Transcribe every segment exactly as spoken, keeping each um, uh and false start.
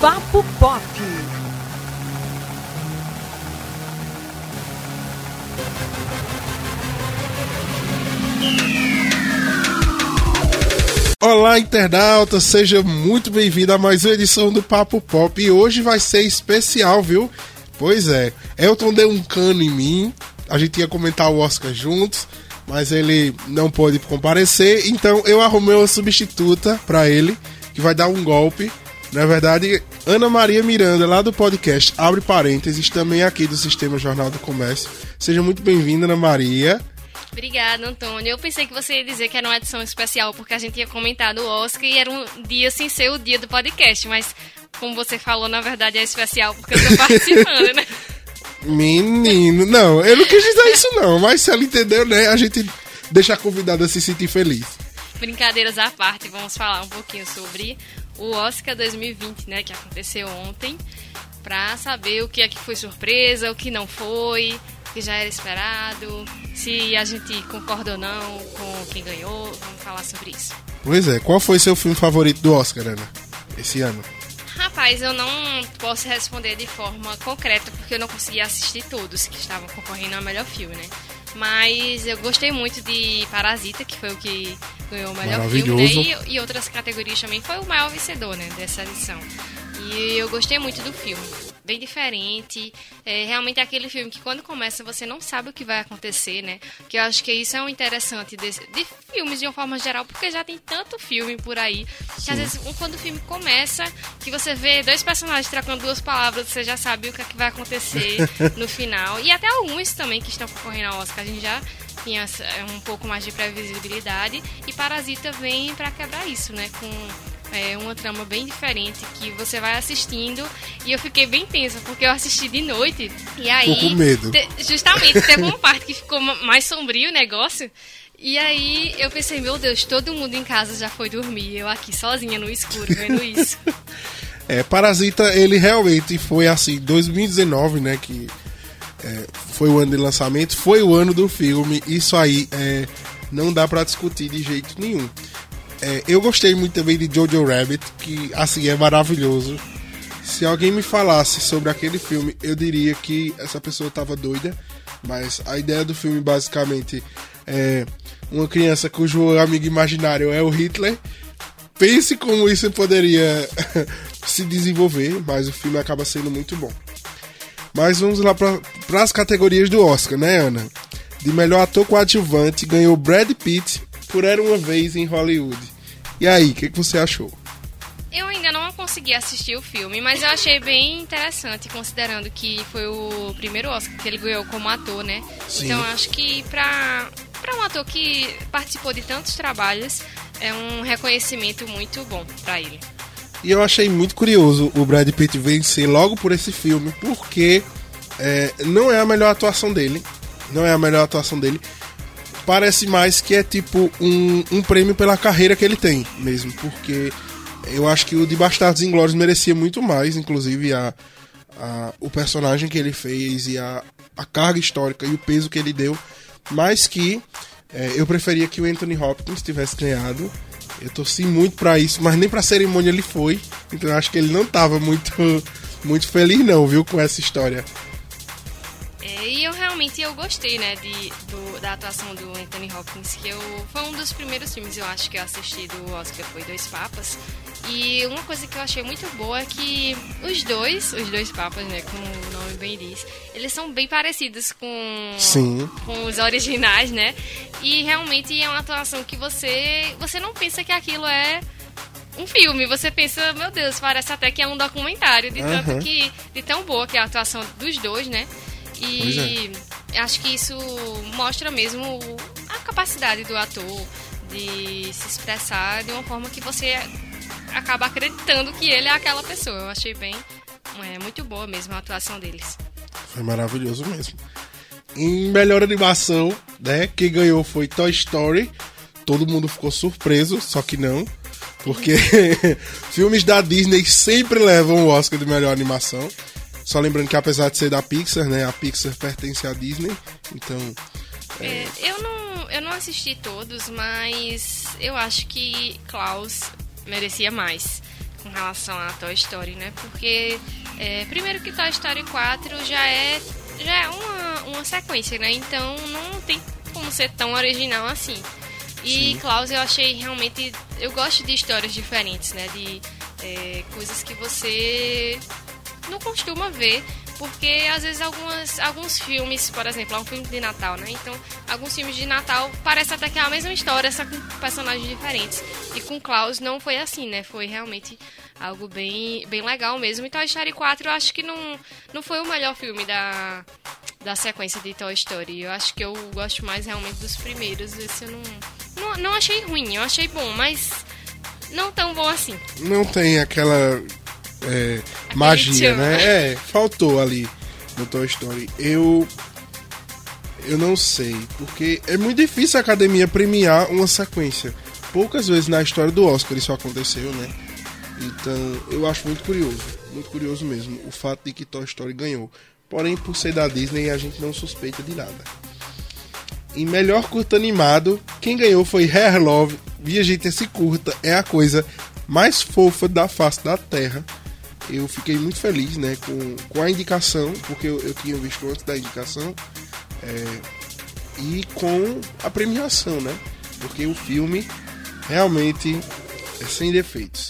Papo Pop. Olá, internauta, seja muito bem-vindo a mais uma edição do Papo Pop. E hoje vai ser especial, viu? Pois é, Elton deu um cano em mim, a gente ia comentar o Oscar juntos, mas ele não pôde comparecer, então eu arrumei uma substituta pra ele, que vai dar um golpe. Na verdade, Ana Maria Miranda, lá do podcast Abre Parênteses, também aqui do Sistema Jornal do Comércio. Seja muito bem-vinda, Ana Maria. Obrigada, Antônio. Eu pensei que você ia dizer que era uma edição especial, porque a gente tinha comentado o Oscar e era um dia sem ser o dia do podcast, mas como você falou, na verdade é especial porque eu tô participando, né? Menino, não, eu não quis dizer isso não, mas se ela entendeu, né, a gente deixa a convidada se sentir feliz. Brincadeiras à parte, vamos falar um pouquinho sobre o Oscar dois mil e vinte, né, que aconteceu ontem, pra saber o que é que foi surpresa, o que não foi, o que já era esperado, se a gente concorda ou não com quem ganhou, vamos falar sobre isso. Pois é, qual foi seu filme favorito do Oscar, Ana, esse ano? Rapaz, eu não posso responder de forma concreta, porque eu não consegui assistir todos que estavam concorrendo ao melhor filme, né? Mas eu gostei muito de Parasita, que foi o que ganhou o melhor filme, né? E, e outras categorias também, foi o maior vencedor, né, dessa edição. E eu gostei muito do filme, bem diferente, é realmente é aquele filme que quando começa você não sabe o que vai acontecer, né? Que eu acho que isso é um interessante desse, de filmes de uma forma geral, porque já tem tanto filme por aí, que Sim. às vezes quando o filme começa, que você vê dois personagens trocando duas palavras, você já sabe o que, é que vai acontecer no final. E até alguns também que estão concorrendo ao Oscar, a gente já tinha um pouco mais de previsibilidade, e Parasita vem pra quebrar isso, né? Com É uma trama bem diferente que você vai assistindo, e eu fiquei bem tensa porque eu assisti de noite e aí Tô com medo. Te, justamente teve uma parte que ficou mais sombrio o negócio, e aí eu pensei, meu Deus, todo mundo em casa já foi dormir, eu aqui sozinha no escuro vendo isso. É, Parasita, ele realmente foi assim, dois mil e dezenove, né, que é, foi o ano de lançamento, foi o ano do filme, isso aí é, não dá pra discutir de jeito nenhum. É, eu gostei muito também de Jojo Rabbit, que assim é maravilhoso. Se alguém me falasse sobre aquele filme, eu diria que essa pessoa estava doida. Mas a ideia do filme basicamente é uma criança cujo amigo imaginário é o Hitler. Pense como isso poderia se desenvolver, mas o filme acaba sendo muito bom. Mas vamos lá para as categorias do Oscar, né, Ana? De melhor ator coadjuvante ganhou Brad Pitt por Era Uma Vez em Hollywood. E aí, o que, que você achou? Eu ainda não consegui assistir o filme, mas eu achei bem interessante, considerando que foi o primeiro Oscar que ele ganhou como ator, né? Sim. Então eu acho que pra, pra um ator que participou de tantos trabalhos, é um reconhecimento muito bom pra ele. E eu achei muito curioso o Brad Pitt vencer logo por esse filme, porque é, não é a melhor atuação dele, não é a melhor atuação dele. Parece mais que é tipo um, um prêmio pela carreira que ele tem mesmo, porque eu acho que o de Bastardos Inglórios merecia muito mais, inclusive a, a, o personagem que ele fez e a, a carga histórica e o peso que ele deu, mas que é, eu preferia que o Anthony Hopkins tivesse ganhado. Eu torci muito pra isso, mas nem pra cerimônia ele foi, então eu acho que ele não tava muito, muito feliz não, viu, com essa história. E eu realmente eu gostei, né, de, do, da atuação do Anthony Hopkins, que eu, foi um dos primeiros filmes, eu acho, que eu assisti do Oscar, foi Dois Papas. E uma coisa que eu achei muito boa é que os dois, os dois papas, né, como o nome bem diz, eles são bem parecidos com, Sim. com os originais, né? E realmente é uma atuação que você, você não pensa que aquilo é um filme, você pensa, meu Deus, parece até que é um documentário, de tanto uhum. que, de tão boa que é a atuação dos dois, né? E é. acho que isso mostra mesmo a capacidade do ator de se expressar de uma forma que você acaba acreditando que ele é aquela pessoa. Eu achei bem, é, muito boa mesmo a atuação deles. Foi maravilhoso mesmo. Em melhor animação, né, quem ganhou foi Toy Story. Todo mundo ficou surpreso, só que não, porque filmes da Disney sempre levam o Oscar de melhor animação. Só lembrando que apesar de ser da Pixar, né, a Pixar pertence à Disney, então... É... É, eu, não, eu não assisti todos, mas eu acho que Klaus merecia mais. com relação a Toy Story, né? Porque, é, primeiro que Toy Story quatro já é, já é uma, uma sequência, né? Então não tem como ser tão original assim. E Sim. Klaus eu achei realmente... Eu gosto de histórias diferentes, né? De é, coisas que você não costuma ver. Porque às vezes algumas, alguns filmes, por exemplo, é um filme de Natal, né? Então, alguns filmes de Natal parece até que é a mesma história, só com personagens diferentes. E com Klaus não foi assim, né? Foi realmente algo bem, bem legal mesmo. E Toy Story quatro eu acho que não, não foi o melhor filme da, da sequência de Toy Story. Eu acho que eu gosto mais realmente dos primeiros. Esse eu não, não, não achei ruim, eu achei bom, mas não tão bom assim. Não tem aquela... É, magia, né? É, faltou ali no Toy Story. Eu eu não sei, porque é muito difícil a academia premiar uma sequência. Poucas vezes na história do Oscar isso aconteceu, né? Então, eu acho muito curioso, muito curioso mesmo, o fato de que Toy Story ganhou. Porém, por ser da Disney, a gente não suspeita de nada. Em melhor curta animado, quem ganhou foi Hair Love. E, gente, esse curta é a coisa mais fofa da face da Terra. Eu fiquei muito feliz, né, com, com a indicação, porque eu, eu tinha visto antes da indicação, é, e com a premiação, né, porque o filme realmente é sem defeitos.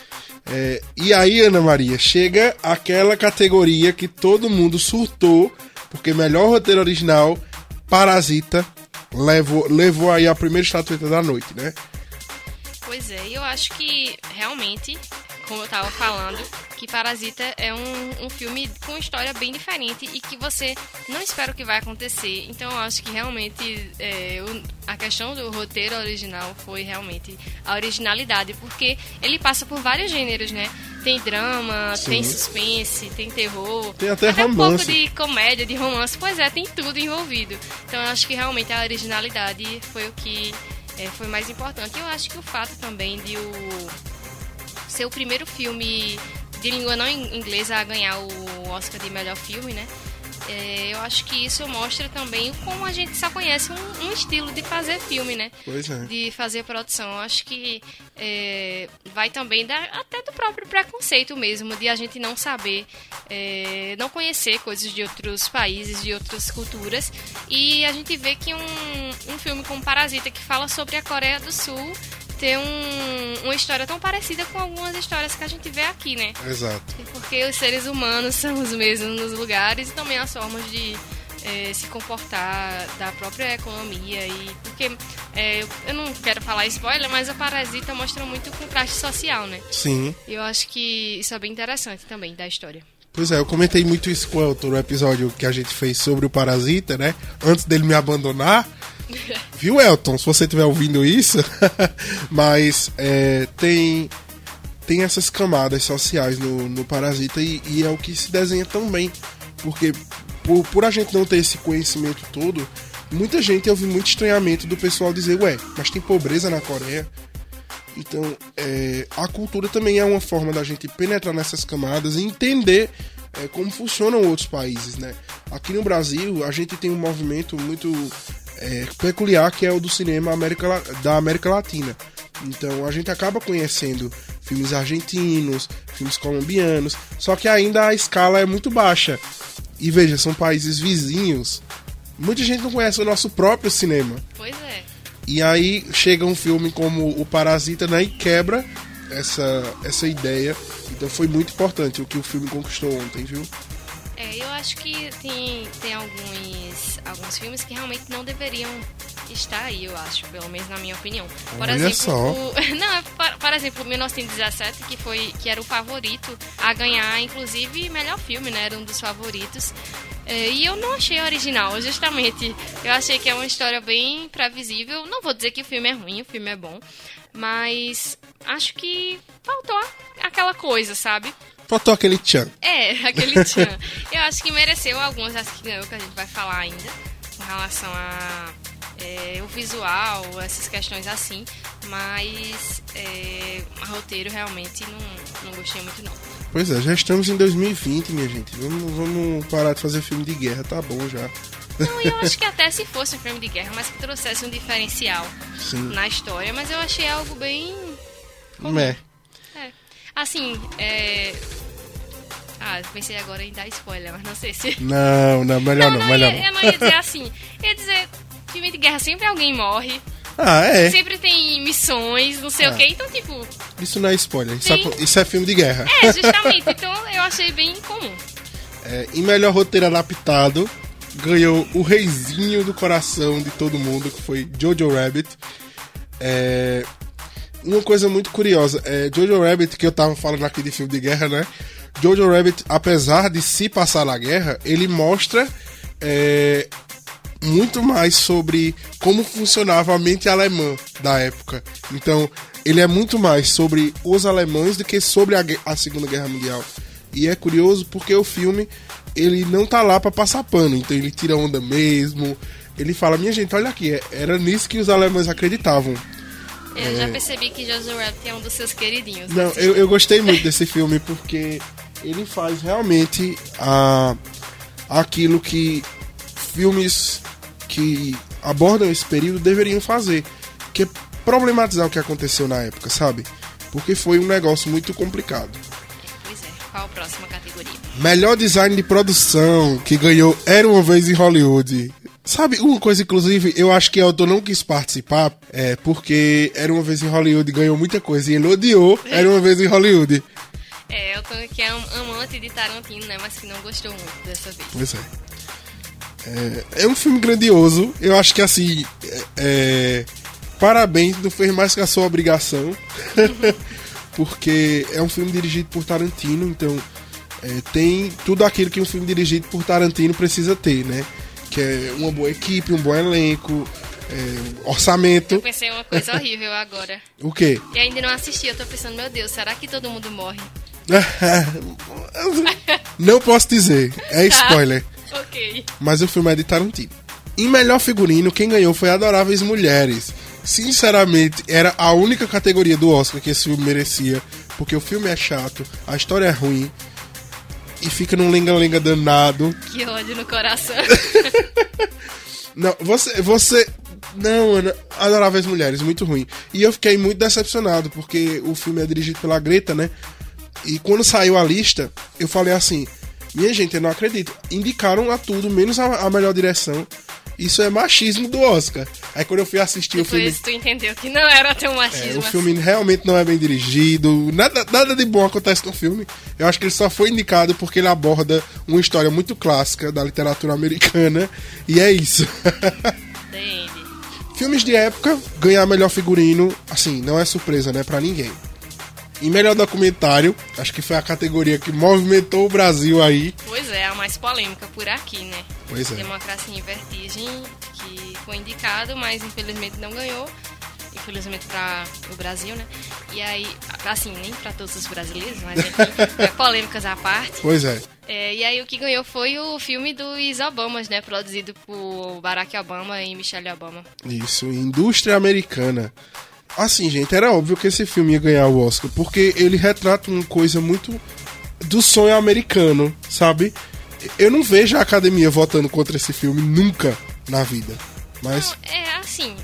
É, e aí, Ana Maria, chega aquela categoria que todo mundo surtou, porque melhor roteiro original, Parasita, levou, levou aí a primeira estatueta da noite, né? Pois é, eu acho que realmente, como eu tava falando, que Parasita é um, um filme com história bem diferente e que você não espera o que vai acontecer. Então eu acho que realmente é, o, a questão do roteiro original foi realmente a originalidade, porque ele passa por vários gêneros, né? Tem drama, Sim. tem suspense, tem terror, tem até, até romance. um pouco de comédia, de romance. Pois é, tem tudo envolvido. Então eu acho que realmente a originalidade foi o que é, foi mais importante. E eu acho que o fato também de o ser o primeiro filme de língua não inglesa a ganhar o Oscar de melhor filme, né? É, eu acho que isso mostra também como a gente só conhece um, um estilo de fazer filme, né? Pois é. De fazer produção. Eu acho que é, vai também dar, até do próprio preconceito mesmo, de a gente não saber, é, não conhecer coisas de outros países, de outras culturas. E a gente vê que um, um filme como Parasita, que fala sobre a Coreia do Sul, ter um, uma história tão parecida com algumas histórias que a gente vê aqui, né? Exato. Porque os seres humanos são os mesmos nos lugares e também as formas de é, se comportar da própria economia. E porque é, eu, eu não quero falar spoiler, mas a Parasita mostra muito o contraste social, né? Sim. E eu acho que isso é bem interessante também da história. Pois é, eu comentei muito isso com o Elton no episódio que a gente fez sobre o Parasita, né? Antes dele me abandonar. Viu, Elton? Se você estiver ouvindo isso. Mas é, tem, tem essas camadas sociais no, no Parasita e, e é o que se desenha tão bem. Porque por, por a gente não ter esse conhecimento todo, muita gente ouve muito estranhamento do pessoal dizer, ué, mas tem pobreza na Coreia? Então, é, a cultura também é uma forma da gente penetrar nessas camadas e entender é, como funcionam outros países, né? Aqui no Brasil, a gente tem um movimento muito é, peculiar, que é o do cinema América, da América Latina. Então, a gente acaba conhecendo filmes argentinos, filmes colombianos, só que ainda a escala é muito baixa. E veja, são países vizinhos. Muita gente não conhece o nosso próprio cinema. Pois é. E aí chega um filme como o Parasita, né, e quebra essa, essa ideia. Então foi muito importante o que o filme conquistou ontem, viu? É, eu acho que tem, tem alguns, alguns filmes que realmente não deveriam estar aí, eu acho, pelo menos na minha opinião. Por Olha exemplo, só. O, não, por, por exemplo, mil novecentos e dezessete, que, foi, que era o favorito a ganhar, inclusive, melhor filme, né? Era um dos favoritos. É, e eu não achei original, justamente. Eu achei que é uma história bem previsível. Não vou dizer que o filme é ruim, o filme é bom. Mas acho que faltou aquela coisa, sabe? Faltou aquele tchan. É, aquele tchan. Eu acho que mereceu alguns, acho que ganhou, que a gente vai falar ainda, com relação a é, o visual, essas questões assim. Mas é, o roteiro realmente não, não gostei muito, não. Pois é, já estamos em dois mil e vinte, minha gente. Vamos, vamos parar de fazer filme de guerra, tá bom já. Não, eu acho que até se fosse um filme de guerra, mas que trouxesse um diferencial Sim. na história, mas eu achei algo bem... É. É. Assim, é... Ah, eu pensei agora em dar spoiler, mas não sei se... Não, não, melhor não, não, não melhor ia, não. Eu não ia dizer assim. Ia dizer, filme de guerra sempre alguém morre. Ah, é. Sempre tem missões, não sei Ah. o que. Então, tipo... Isso não é spoiler, isso é, Sim. isso é filme de guerra. É, justamente. Então, eu achei bem comum. É, em melhor roteiro adaptado, ganhou o reizinho do coração de todo mundo, que foi Jojo Rabbit. É, uma coisa muito curiosa, é, Jojo Rabbit, que eu tava falando aqui de filme de guerra, né? Jojo Rabbit, apesar de se passar na guerra, ele mostra é, muito mais sobre como funcionava a mente alemã da época. Então, ele é muito mais sobre os alemães do que sobre a, a Segunda Guerra Mundial. E é curioso porque o filme, ele não tá lá pra passar pano, então ele tira onda mesmo. Ele fala, minha gente, olha aqui, era nisso que os alemães acreditavam. Eu É. já percebi que Jojo Rabbit é um dos seus queridinhos. Não, Assistir. eu, eu gostei muito desse filme porque ele faz realmente a, aquilo que filmes que abordam esse período deveriam fazer, que é problematizar o que aconteceu na época, sabe? Porque foi um negócio muito complicado. Pois é. Qual a próxima categoria? Melhor design de produção, que ganhou Era Uma Vez em Hollywood. Sabe, uma coisa, inclusive, eu acho que Elton não quis participar, é, porque Era Uma Vez em Hollywood ganhou muita coisa e ele odiou Era Uma Vez em Hollywood. É, Elton que é um amante de Tarantino, né? Mas que não gostou muito dessa vez. Pois é. É, é um filme grandioso, eu acho que assim, é, é, parabéns, não fez mais que a sua obrigação, porque é um filme dirigido por Tarantino, então é, tem tudo aquilo que um filme dirigido por Tarantino precisa ter, né? Que é uma boa equipe, um bom elenco, é, orçamento. Eu pensei uma coisa horrível agora. O quê? E ainda não assisti, eu tô pensando, meu Deus, será que todo mundo morre? Não posso dizer, é Tá. spoiler, Ok. mas o filme é de Tarantino. Em melhor figurino, quem ganhou foi Adoráveis Mulheres. Sinceramente, era a única categoria do Oscar que esse filme merecia, porque o filme é chato, a história é ruim, e fica num lenga-lenga danado. Que ódio no coração. Não, você... você não, Ana, Adoráveis Mulheres, muito ruim. E eu fiquei muito decepcionado, porque o filme é dirigido pela Greta, né? E quando saiu a lista, eu falei assim, minha gente, eu não acredito. Indicaram a tudo, menos a, a melhor direção. Isso é machismo do Oscar. Aí quando eu fui assistir o filme... Depois tu entendeu que não era tão É, machismo o filme realmente não é bem dirigido, nada, nada de bom acontece no filme. Eu acho que ele só foi indicado porque ele aborda uma história muito clássica da literatura americana, e é isso. Dele. Filmes de época, ganhar melhor figurino, assim, não é surpresa, né, pra ninguém. E melhor documentário, acho que foi a categoria que movimentou o Brasil aí. Pois é, a mais polêmica por aqui, né? Pois é. Democracia em Vertigem, que foi indicado, mas infelizmente não ganhou. Infelizmente para o Brasil, né? E aí, assim, nem para todos os brasileiros, mas enfim, é, polêmicas à parte. Pois é. É, e aí o que ganhou foi o filme dos Obamas, né? Produzido por Barack Obama e Michelle Obama. Isso, indústria americana. Assim, gente, era óbvio que esse filme ia ganhar o Oscar, porque ele retrata uma coisa muito do sonho americano, sabe? Eu não vejo a academia votando contra esse filme nunca na vida. Mas, Não, é assim,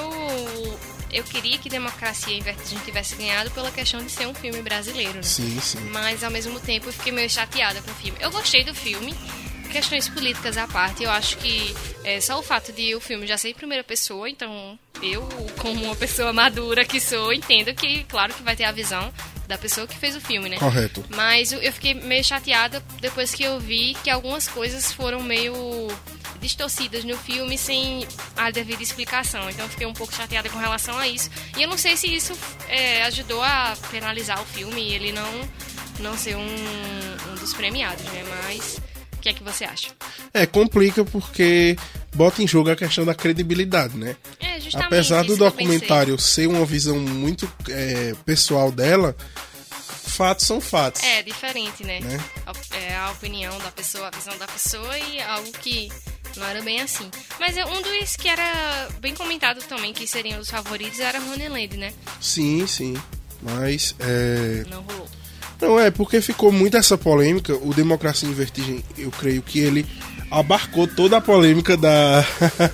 eu eu queria que Democracia em Vertigem tivesse ganhado pela questão de ser um filme brasileiro, né? sim, sim. Mas ao mesmo tempo eu fiquei meio chateada com o filme. Eu gostei do filme, questões políticas à parte, eu acho que é, só o fato de o filme já ser em primeira pessoa, então eu, como uma pessoa madura que sou, entendo que, claro que vai ter a visão da pessoa que fez o filme, né? Correto. Mas eu eu fiquei meio chateada depois que eu vi que algumas coisas foram meio distorcidas no filme sem a devida explicação. Então eu fiquei um pouco chateada com relação a isso. E eu não sei se isso é, ajudou a penalizar o filme e ele não, não ser um, um dos premiados, né? Mas o que é que você acha? É, complica porque bota em jogo a questão da credibilidade, né? É, justamente Apesar do isso que eu pensei. documentário ser uma visão muito é, pessoal dela, fatos são fatos. É, diferente, né? Né? A, é, a opinião da pessoa, a visão da pessoa e algo que não era bem assim. Mas é, um dos que era bem comentado também, que seriam os favoritos, era Honeyland, né? Sim, sim. Mas, é... Não rolou. Não, é porque ficou muito essa polêmica. O Democracia em Vertigem, eu creio que ele abarcou toda a polêmica da,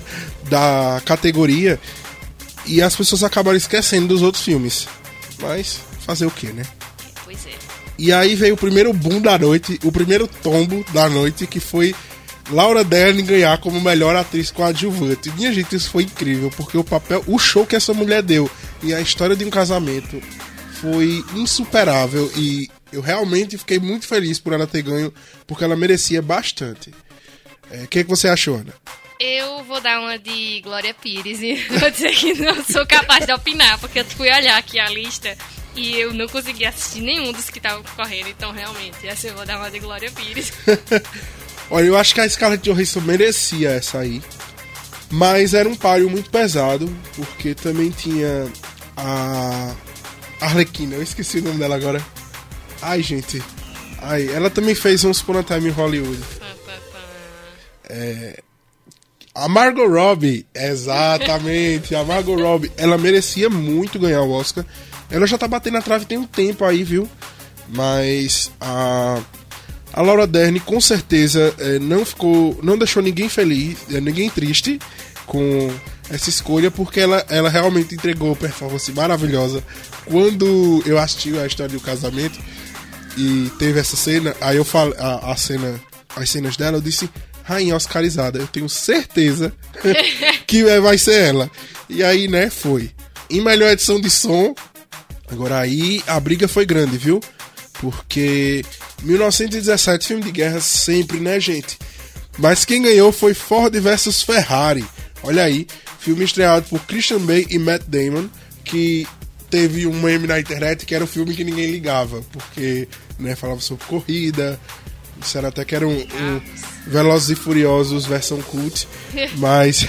da categoria e as pessoas acabaram esquecendo dos outros filmes. Mas fazer o que, né? Pois é. E aí veio o primeiro boom da noite, o primeiro tombo da noite, que foi Laura Dern ganhar como melhor atriz coadjuvante. Minha gente, isso foi incrível, porque o papel, o show que essa mulher deu e a história de um casamento foi insuperável. E eu realmente fiquei muito feliz por ela ter ganho, porque ela merecia bastante. O é, que, que você achou, Ana? Eu vou dar uma de Glória Pires e vou dizer que não sou capaz de opinar, porque eu fui olhar aqui a lista e eu não consegui assistir nenhum dos que estavam correndo, então realmente, essa eu vou dar uma de Glória Pires. Olha, eu acho que a Scarlett Johansson merecia essa aí, mas era um páreo muito pesado, porque também tinha a Arlequina, eu esqueci o nome dela agora. Ai, gente, ai, ela também fez Once Upon a Time em Hollywood. Pá, pá, pá. É... A Margot Robbie, exatamente, a Margot Robbie, ela merecia muito ganhar o Oscar. Ela já tá batendo na trave tem um tempo aí, viu? Mas a, a Laura Dern com certeza é, não ficou, não deixou ninguém feliz, ninguém triste com essa escolha, porque ela, ela realmente entregou uma performance maravilhosa. Quando eu assisti a história do casamento e teve essa cena, aí eu falei a, a cena, as cenas dela, eu disse: rainha oscarizada, eu tenho certeza que vai ser ela. E aí, né, foi. Em melhor edição de som, agora aí a briga foi grande, viu? Porque mil novecentos e dezessete, filme de guerra sempre, né, gente? Mas quem ganhou foi Ford versus Ferrari. Olha aí, filme estreado por Christian Bale e Matt Damon, que teve um meme na internet que era um filme que ninguém ligava, porque, né, falava sobre corrida. Disseram até que era um, um Velozes e Furiosos versão cult, mas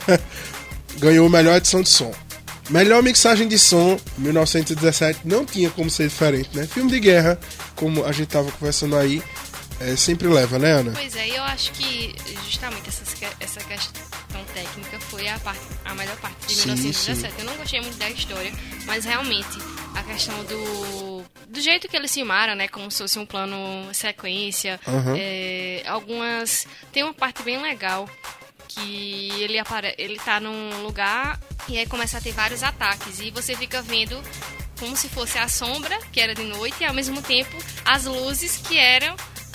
ganhou melhor edição de som. Melhor mixagem de som, mil novecentos e dezessete, não tinha como ser diferente, né? Filme de guerra, como a gente tava conversando aí, é, sempre leva, né, Ana? Pois é, eu acho que justamente essas, essa questão técnica foi a, parte, a melhor parte de sim, mil novecentos e dezessete. Sim. Eu não gostei muito da história, mas realmente a questão do, do jeito que eles filmaram, né, como se fosse um plano sequência, uhum. é, algumas... Tem uma parte bem legal que ele, apare, ele tá num lugar e aí começa a ter vários ataques e você fica vendo como se fosse a sombra, que era de noite, e ao mesmo tempo as luzes, que eram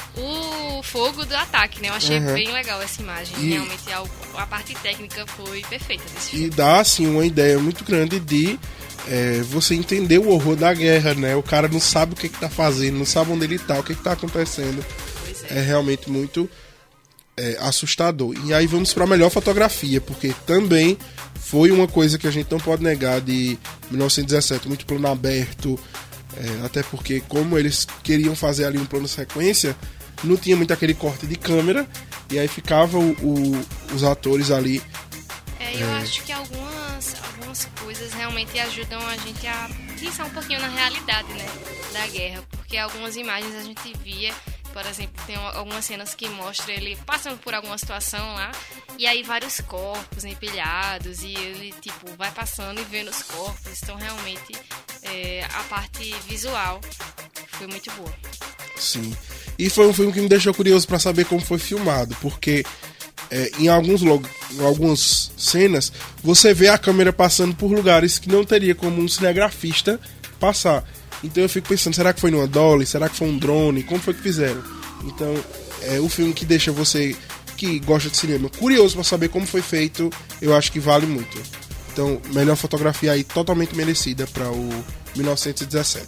o fogo do ataque, né? Eu achei uhum. bem legal essa imagem. E realmente a, a parte técnica foi perfeita desse filme. E dá, assim, uma ideia muito grande de é, você entender o horror da guerra, né? O cara não sabe o que que tá fazendo, não sabe onde ele tá, o que que tá acontecendo. Pois é. É realmente muito é, assustador. E aí vamos pra melhor fotografia, porque também foi uma coisa que a gente não pode negar de mil novecentos e dezessete, muito plano aberto, é, até porque como eles queriam fazer ali um plano sequência, não tinha muito aquele corte de câmera, e aí ficava o, o, os atores ali. É, eu é... acho que algumas, algumas coisas realmente ajudam a gente a pensar um pouquinho na realidade, né, da guerra, porque algumas imagens a gente via, por exemplo, tem algumas cenas que mostram ele passando por alguma situação lá, e aí vários corpos empilhados, e ele, tipo, vai passando e vendo os corpos, então realmente é, a parte visual foi muito boa. Sim. E foi um filme que me deixou curioso para saber como foi filmado, porque é, em, alguns log... em algumas cenas você vê a câmera passando por lugares que não teria como um cinegrafista passar. Então eu fico pensando, será que foi numa dolly? Será que foi um drone? Como foi que fizeram? Então é um filme que deixa você que gosta de cinema curioso para saber como foi feito. Eu acho que vale muito. Então, melhor fotografia aí totalmente merecida para o mil novecentos e dezessete.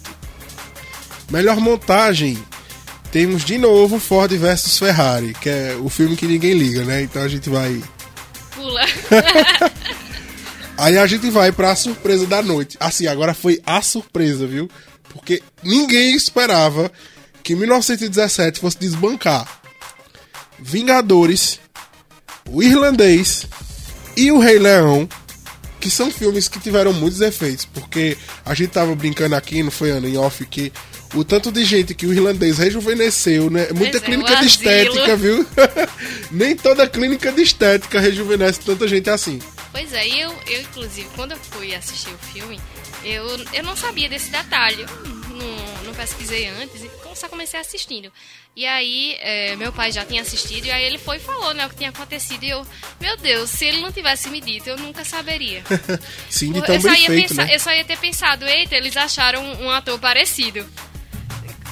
Melhor montagem, temos de novo Ford versus Ferrari, que é o filme que ninguém liga, né? Então a gente vai... Pula. Aí a gente vai pra surpresa da noite. Assim, agora foi a surpresa, viu? Porque ninguém esperava que mil novecentos e dezessete fosse desbancar Vingadores, O Irlandês e O Rei Leão, que são filmes que tiveram muitos efeitos. Porque a gente tava brincando aqui, não foi, Ana, em off, que o tanto de gente que o Irlandês rejuvenesceu, né? Muita Mas clínica é, de estética, viu? Nem toda clínica de estética rejuvenesce tanta gente assim. Pois é, eu, eu inclusive, quando eu fui assistir o filme, eu, eu não sabia desse detalhe, eu não, não pesquisei antes e só comecei assistindo. E aí, é, meu pai já tinha assistido e aí ele foi e falou, né, o que tinha acontecido. E eu, meu Deus, se ele não tivesse me dito, eu nunca saberia. Sim, de tão bem feito, pensar, né? Eu só ia ter pensado, eita, eles acharam um, um ator parecido.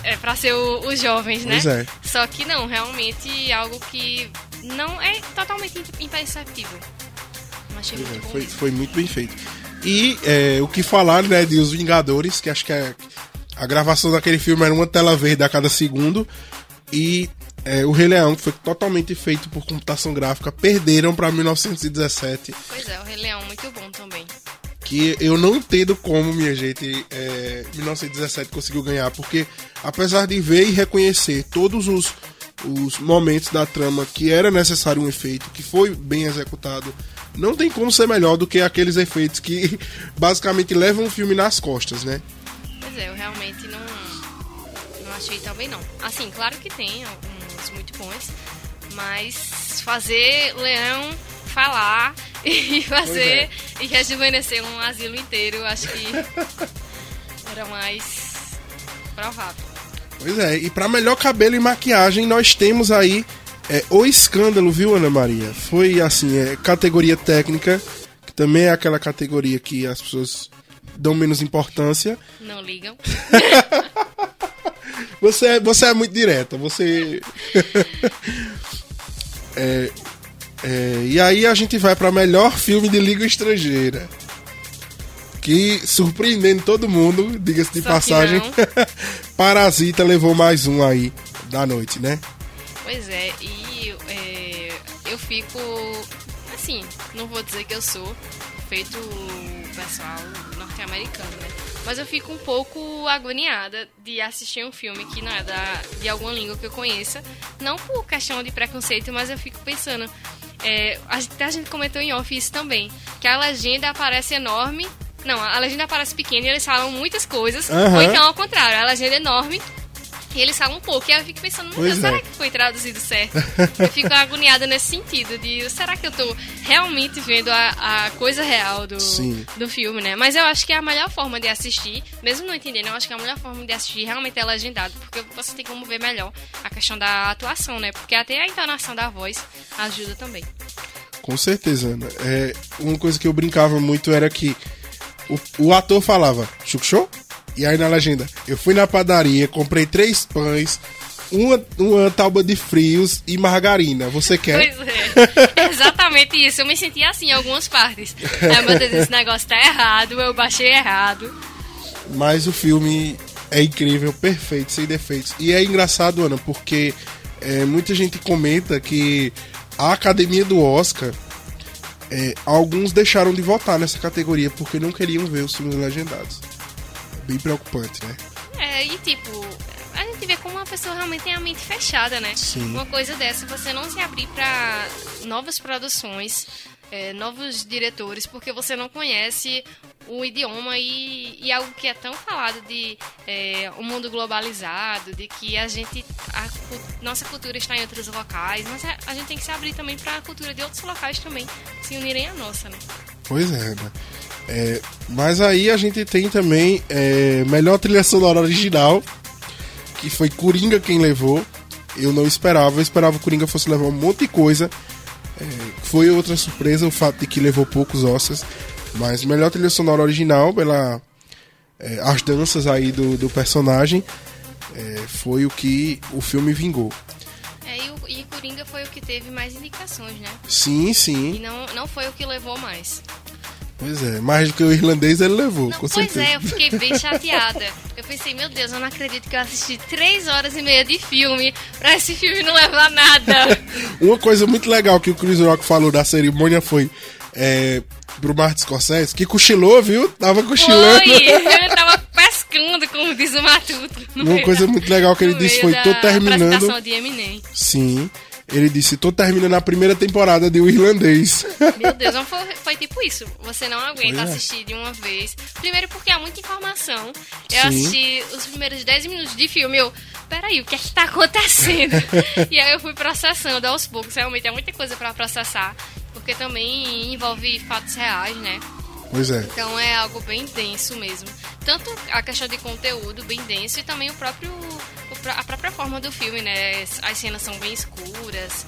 é pra ser o- os jovens, né? Pois é. Só que não, realmente algo que não é totalmente imperceptível. Não achei Pois muito é, bom foi, mesmo. foi muito bem feito. E é, o que falar, né, de Os Vingadores, que acho que é, a gravação daquele filme era uma tela verde a cada segundo. E é, o Rei Leão, que foi totalmente feito por computação gráfica, perderam pra mil novecentos e dezessete. Pois é, o Rei Leão muito bom também. Que eu não entendo como, minha gente, é, mil novecentos e dezessete conseguiu ganhar, porque apesar de ver e reconhecer todos os, os momentos da trama que era necessário um efeito, que foi bem executado, não tem como ser melhor do que aqueles efeitos que basicamente levam o filme nas costas, né? Pois é, eu realmente não, não achei também não. Assim, claro que tem alguns muito bons, mas fazer Leão falar e fazer e rejuvenescer um asilo inteiro, eu acho que era mais provável. Pois é, e pra melhor cabelo e maquiagem nós temos aí é, O Escândalo, viu, Ana Maria? Foi assim, é, categoria técnica, que também é aquela categoria que as pessoas dão menos importância. Não ligam. Você é, você é muito direta, você... é, é, e aí a gente vai pra melhor filme de língua estrangeira. Que, surpreendendo todo mundo, diga-se de Só que passagem, não. Parasita levou mais um aí da noite, né? Pois é, e é, eu fico, assim, não vou dizer que eu sou feito o pessoal norte-americano, né? Mas eu fico um pouco agoniada de assistir um filme que não é da, de alguma língua que eu conheça. Não por questão de preconceito, mas eu fico pensando... É, a, gente, a gente comentou em off isso também, que a legenda aparece enorme. Não, a legenda aparece pequena e eles falam muitas coisas. Uhum. Ou então, ao contrário, a legenda é enorme e eles falam um pouco. E aí eu fico pensando, meu Pois Deus, é. será que foi traduzido certo? Eu fico agoniada nesse sentido, de será que eu tô realmente vendo a, a coisa real do, Sim. do filme, né? Mas eu acho que é a melhor forma de assistir, mesmo não entendendo, eu acho que a melhor forma de assistir realmente é legendado, porque você tem como ver melhor a questão da atuação, né? Porque até a entonação da voz ajuda também. Com certeza, Ana. É, uma coisa que eu brincava muito era que o, o ator falava chuchu, e aí na legenda, eu fui na padaria, comprei três pães, uma, uma tábua de frios e margarina. Você quer? Pois é, exatamente isso. Eu me senti assim em algumas partes. Ai, meu Deus, esse negócio tá errado, eu baixei errado. Mas o filme é incrível, perfeito, sem defeitos. E é engraçado, Ana, porque é, muita gente comenta que a academia do Oscar, é, alguns deixaram de votar nessa categoria porque não queriam ver os filmes legendados. É bem preocupante, né? É, e tipo, a gente vê como uma pessoa realmente tem a mente fechada, né? Sim. Uma coisa dessa, você não se abrir pra novas produções, é, novos diretores, porque você não conhece o idioma e, e algo que é tão falado de é, um mundo globalizado, de que a gente, a cu- nossa cultura está em outros locais, mas a, a gente tem que se abrir também para a cultura de outros locais também, se unirem à nossa, né? Pois é, né? É, mas aí a gente tem também é, melhor trilha sonora original, que foi Coringa quem levou. Eu não esperava, eu esperava que o Coringa fosse levar um monte de coisa. É, foi outra surpresa o fato de que levou poucos Oscars. Mas melhor trilha sonora original, pela, é, as danças aí do, do personagem, é, foi o que o filme vingou. É, e, o, e Coringa foi o que teve mais indicações, né? Sim, E sim. não, não foi o que levou mais. Pois é, mais do que o irlandês ele levou, Não, com pois certeza. é, eu fiquei bem chateada. Eu pensei, meu Deus, eu não acredito que eu assisti três horas e meia de filme pra esse filme não levar nada. Uma coisa muito legal que o Chris Rock falou da cerimônia foi é, pro Martin Scorsese, que cochilou, viu? Tava cochilando. Foi, eu tava pescando, como diz o Matuto. no Uma meio coisa da- muito legal que ele no disse meio foi, tô da terminando... apresentação de Eminem. Sim, ele disse, tô terminando a primeira temporada de O Irlandês. Meu Deus, não foi, foi tipo isso. Você não aguenta Pois é. assistir de uma vez. Primeiro porque há muita informação. Eu Sim. assisti os primeiros dez minutos de filme, eu... Peraí, o que é que tá acontecendo? E aí eu fui processando aos poucos. Realmente é muita coisa pra processar. Porque também envolve fatos reais, né? Pois é. Então é algo bem denso mesmo. Tanto a questão de conteúdo bem denso e também o próprio, o pró- a própria forma do filme, né? As cenas são bem escuras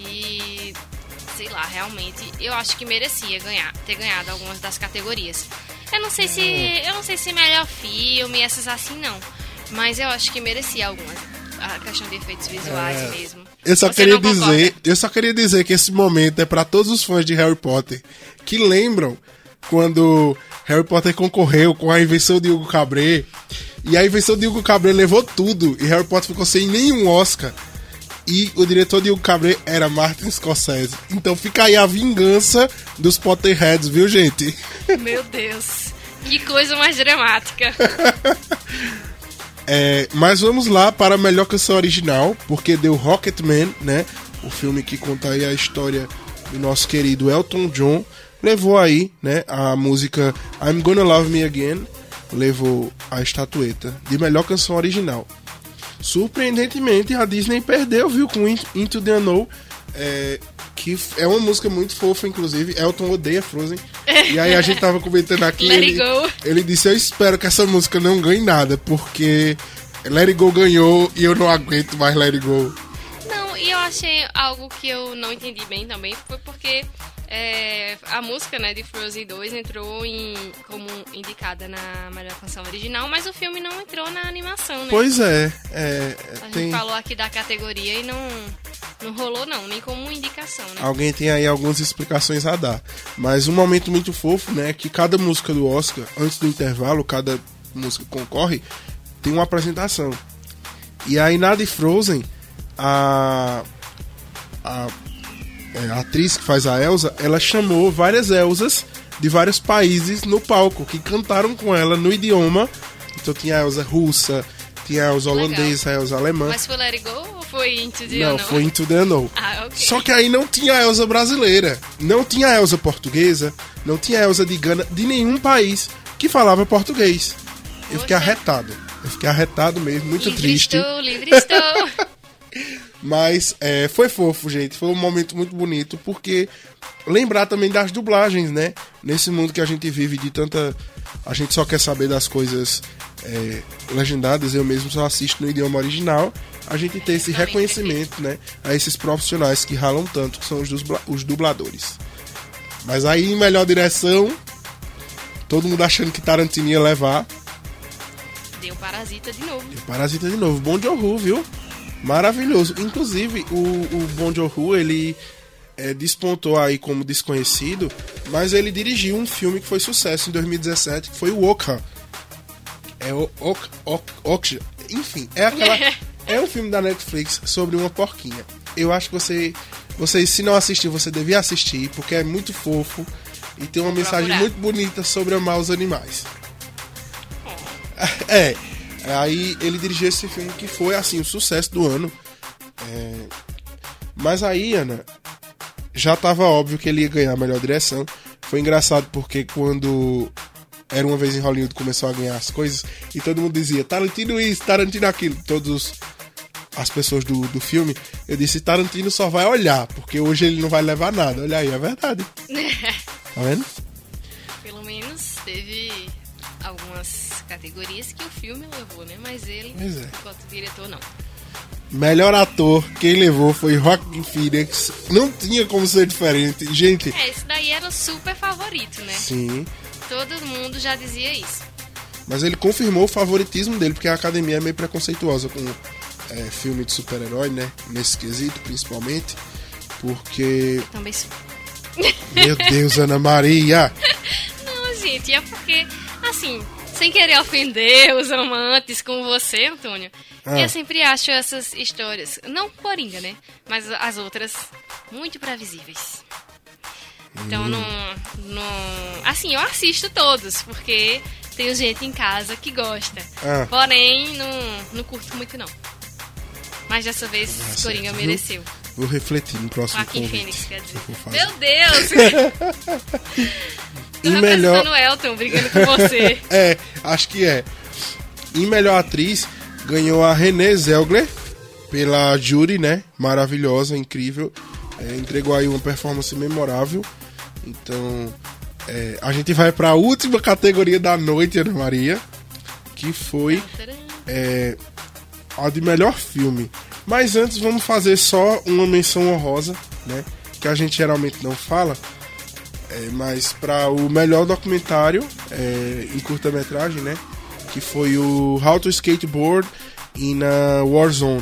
e sei lá, realmente eu acho que merecia ganhar, ter ganhado algumas das categorias. Eu não sei se, eu não sei se melhor filme, essas assim não. Mas eu acho que merecia algumas. A questão de efeitos visuais É. mesmo. Eu só Você queria não concorda? dizer, eu só queria dizer que esse momento é pra todos os fãs de Harry Potter que lembram quando Harry Potter concorreu com a invenção de Hugo Cabret e a invenção de Hugo Cabret levou tudo e Harry Potter ficou sem nenhum Oscar e o diretor de Hugo Cabret era Martin Scorsese. Então fica aí a vingança dos Potterheads, viu, gente? Meu Deus. Que coisa mais dramática. É, mas vamos lá para a melhor canção original, porque deu Rocketman, né? O filme que conta aí a história do nosso querido Elton John. Levou aí, né, a música I'm Gonna Love Me Again, levou a estatueta de melhor canção original. Surpreendentemente, a Disney perdeu, viu, com Into the Unknown, é, que é uma música muito fofa, inclusive. Elton odeia Frozen. E aí a gente tava comentando aqui, Let ele, It Go. ele disse, eu espero que essa música não ganhe nada, porque Let It Go ganhou e eu não aguento mais Let It Go. Não, e eu achei algo que eu não entendi bem também, foi porque é, a música, né, de Frozen dois entrou em, como indicada na melhor canção original, mas o filme não entrou na animação, né? Pois é, é A gente tem... falou aqui da categoria e não, não rolou não, nem como indicação, né? Alguém tem aí algumas explicações a dar. Mas um momento muito fofo, né, é que cada música do Oscar, antes do intervalo, cada música que concorre, tem uma apresentação. E aí na de Frozen, a, a, é, a atriz que faz a Elsa, ela chamou várias Elsas de vários países no palco, que cantaram com ela no idioma. Então tinha a Elsa russa, tinha a Elsa holandesa, a Elsa alemã. Mas foi Let It Go ou foi Into the Não, Unknown? foi Into the Unknown. Ah, ok. Só que aí não tinha a Elsa brasileira, não tinha a Elsa portuguesa, não tinha a Elsa de Gana, de nenhum país que falava português. Eu fiquei Poxa. arretado. Eu fiquei arretado mesmo, muito livre triste. estou, livre estou. Mas é, foi fofo, gente. Foi um momento muito bonito, porque lembrar também das dublagens, né? Nesse mundo que a gente vive de tanta... A gente só quer saber das coisas é, legendadas, eu mesmo só assisto no idioma original. A gente tem esse Também reconhecimento, né? A esses profissionais que ralam tanto, que são os, dubla- os dubladores. Mas aí, em melhor direção, todo mundo achando que Tarantino ia levar. Deu Parasita de novo. E o Parasita de novo. Bong Joon-ho, viu? Maravilhoso. Inclusive, o, o Bong Joon-ho, ele é, despontou aí como desconhecido, mas ele dirigiu um filme que foi sucesso em dois mil e dezessete, que foi o Okja. É o Ok, Ok, Okja. Enfim, é aquela... É um filme da Netflix sobre uma porquinha. Eu acho que você... Você, se não assistiu, você devia assistir, porque é muito fofo e tem uma Vou mensagem procurar. muito bonita sobre amar os animais. É, aí ele dirigiu esse filme que foi, assim, o sucesso do ano. É, mas aí, Ana, já tava óbvio que ele ia ganhar a melhor direção. Foi engraçado porque quando Era Uma Vez em Hollywood começou a ganhar as coisas e todo mundo dizia Tarantino isso, Tarantino aquilo. Todos as pessoas do, do filme, eu disse, Tarantino só vai olhar, porque hoje ele não vai levar nada. Olha aí, é verdade. Tá vendo? Pelo menos teve algumas categorias que o filme levou, né? Mas ele, Pois é. enquanto diretor, não. Melhor ator, quem levou foi Joaquin Phoenix. Não tinha como ser diferente. Gente, É, esse daí era o super favorito, né? sim. Todo mundo já dizia isso. Mas ele confirmou o favoritismo dele, porque a academia é meio preconceituosa com é, filme de super-herói, né? Nesse quesito, principalmente. Porque... Também sou. Meu Deus, Ana Maria! Não, gente, é porque, assim, sem querer ofender os amantes com você, Antônio, Ah. eu sempre acho essas histórias, não Coringa, né? Mas as outras, muito previsíveis. Então, Hum. não, não... Assim, eu assisto todos, porque tem gente em casa que gosta. Ah. Porém, não, não curto muito, não. Mas dessa vez, Tá Coringa certo, mereceu. Vou refletir no próximo Joaquin convite. Phoenix, quer dizer. que eu vou fazer. Meu Deus! E Tô melhor... representando o Elton, brigando com você. É, acho que é. Em melhor atriz, ganhou a Renée Zellweger, pela Judy, né? Maravilhosa, incrível. É, entregou aí uma performance memorável. Então, é, a gente vai para a última categoria da noite, Ana Maria, que foi é, a de melhor filme. Mas antes, vamos fazer só uma menção honrosa, né? Que a gente geralmente não fala. É, mas para o melhor documentário é, em curta-metragem, né? que foi o How to Skateboard in a War Zone.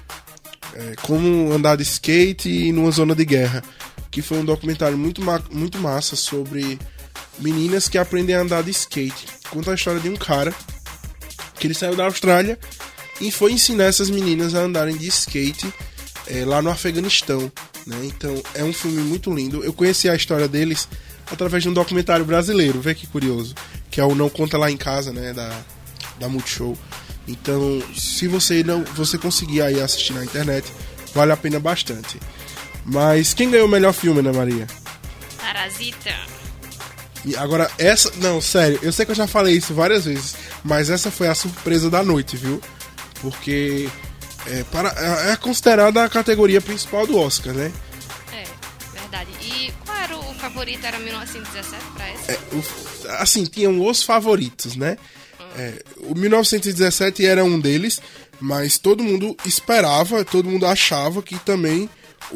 É, como andar de skate numa zona de guerra. Que foi um documentário muito, ma- muito massa sobre meninas que aprendem a andar de skate. Conta a história de um cara que ele saiu da Austrália e foi ensinar essas meninas a andarem de skate é, lá no Afeganistão, né? Então é um filme muito lindo. Eu conheci a história deles através de um documentário brasileiro, vê que curioso, que é o Não Conta Lá em Casa, né, da, da Multishow. Então, se você não você conseguir aí assistir na internet, vale a pena bastante. Mas quem ganhou o melhor filme, Ana Maria? Parasita. E agora, essa... Não, sério, eu sei que eu já falei isso várias vezes, mas essa foi a surpresa da noite, viu? Porque é, para, é considerada a categoria principal do Oscar, né? É, verdade. E qual era o favorito? Era mil novecentos e dezessete pra esse? É, o, assim, tinham os favoritos, né? Hum. É, o mil novecentos e dezessete era um deles, mas todo mundo esperava, todo mundo achava que também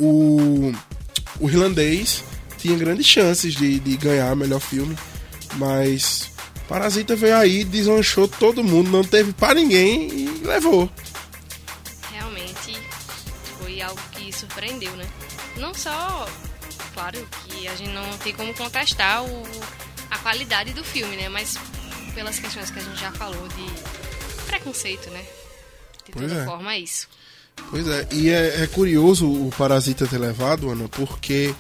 o, o irlandês tinha grandes chances de, de ganhar melhor filme, mas Parasita veio aí, deslanchou todo mundo, não teve pra ninguém e levou. Realmente foi algo que surpreendeu, né? Não só, claro que a gente não tem como contestar o, a qualidade do filme, né? Mas pelas questões que a gente já falou de preconceito, né? De pois toda é. forma é isso. Pois é, e é, é curioso o Parasita ter levado, Ana, porque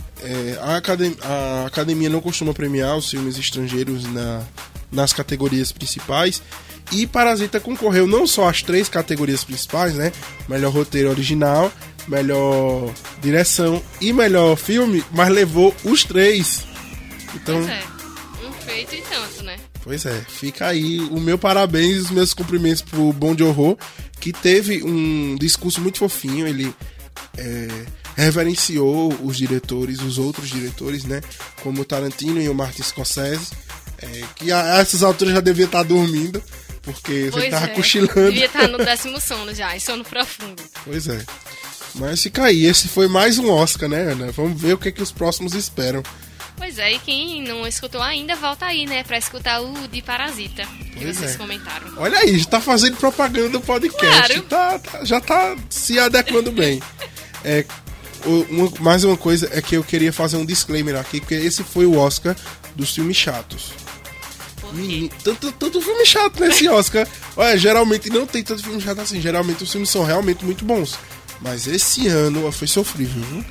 é, a, academia, a academia não costuma premiar os filmes estrangeiros na, nas categorias principais, e Parasita concorreu não só às três categorias principais, né? Melhor roteiro original, melhor direção e melhor filme, mas levou os três. Então, pois é, um feito e tanto, né? Pois é, fica aí o meu parabéns e os meus cumprimentos pro Bom de Horror, que teve um discurso muito fofinho. Ele é, reverenciou os diretores, os outros diretores, né? Como o Tarantino e o Martin Scorsese, é, que a essas alturas já devia estar dormindo, porque pois você tava é. cochilando. Devia estar no décimo sono já, em sono profundo. Pois é. Mas fica aí, esse foi mais um Oscar, né, Ana? Vamos ver o que, é que os próximos esperam. Pois é, e quem não escutou ainda, volta aí, né, pra escutar o de Parasita, que Pois vocês é. comentaram. Olha aí, já tá fazendo propaganda do podcast. Claro. Tá, tá, já tá se adequando bem. É, uma, mais uma coisa é que eu queria fazer um disclaimer aqui, porque esse foi o Oscar dos filmes chatos. Por quê? Menino, tanto, tanto filme chato nesse Oscar. Olha, geralmente não tem tanto filme chato assim. Geralmente os filmes são realmente muito bons. Mas esse ano foi sofrível, viu?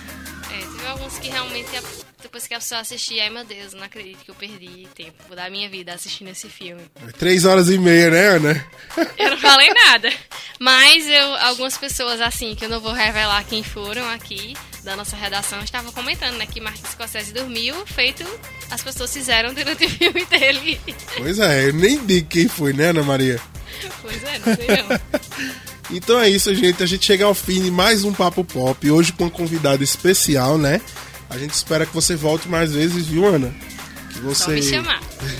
É, teve alguns que realmente, depois que a pessoa assistir, ai meu Deus, não acredito que eu perdi tempo da minha vida assistindo esse filme. Três horas e meia, né, Ana? Eu não falei nada. Mas eu, algumas pessoas, assim, que eu não vou revelar quem foram aqui, da nossa redação, estavam comentando, né, que Martin Scorsese dormiu, feito as pessoas fizeram durante o filme dele. Pois é, eu nem digo quem foi, né, Ana Maria? Pois é, não sei não. Então é isso, gente. A gente chega ao fim de mais um Papo Pop. Hoje com um convidado especial, né? A gente espera que você volte mais vezes, viu, Ana? Que você... Só me chamar.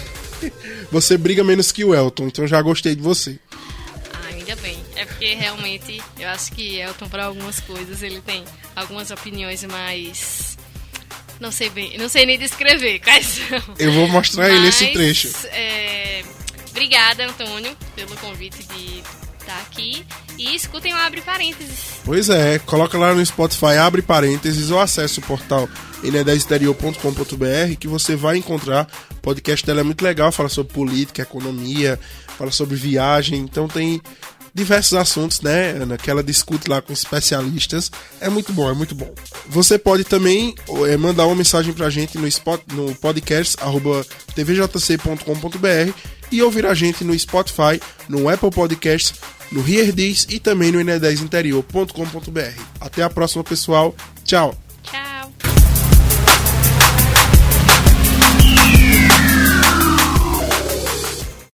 Você briga menos que o Elton, então já gostei de você. Ah, ainda bem. É porque realmente eu acho que Elton, para algumas coisas, ele tem algumas opiniões mais... Não sei bem, não sei nem descrever quais são. Eu vou mostrar Mas, ele esse trecho. É... Obrigada, Antônio, pelo convite de estar aqui. E escutem o Abre Parênteses. Pois é, coloca lá no Spotify, abre parênteses, ou acesse o portal n e dez exterior ponto com ponto b r que você vai encontrar. O podcast dela é muito legal, fala sobre política, economia, fala sobre viagem, então tem diversos assuntos, né, Ana, que ela discute lá com especialistas. É muito bom, é muito bom. Você pode também é, mandar uma mensagem pra gente no, spot, no podcast arroba t v j c ponto com ponto b r e ouvir a gente no Spotify, no Apple Podcasts, no HearDis e também no n e dez interior ponto com ponto b r. Até a próxima, pessoal. Tchau!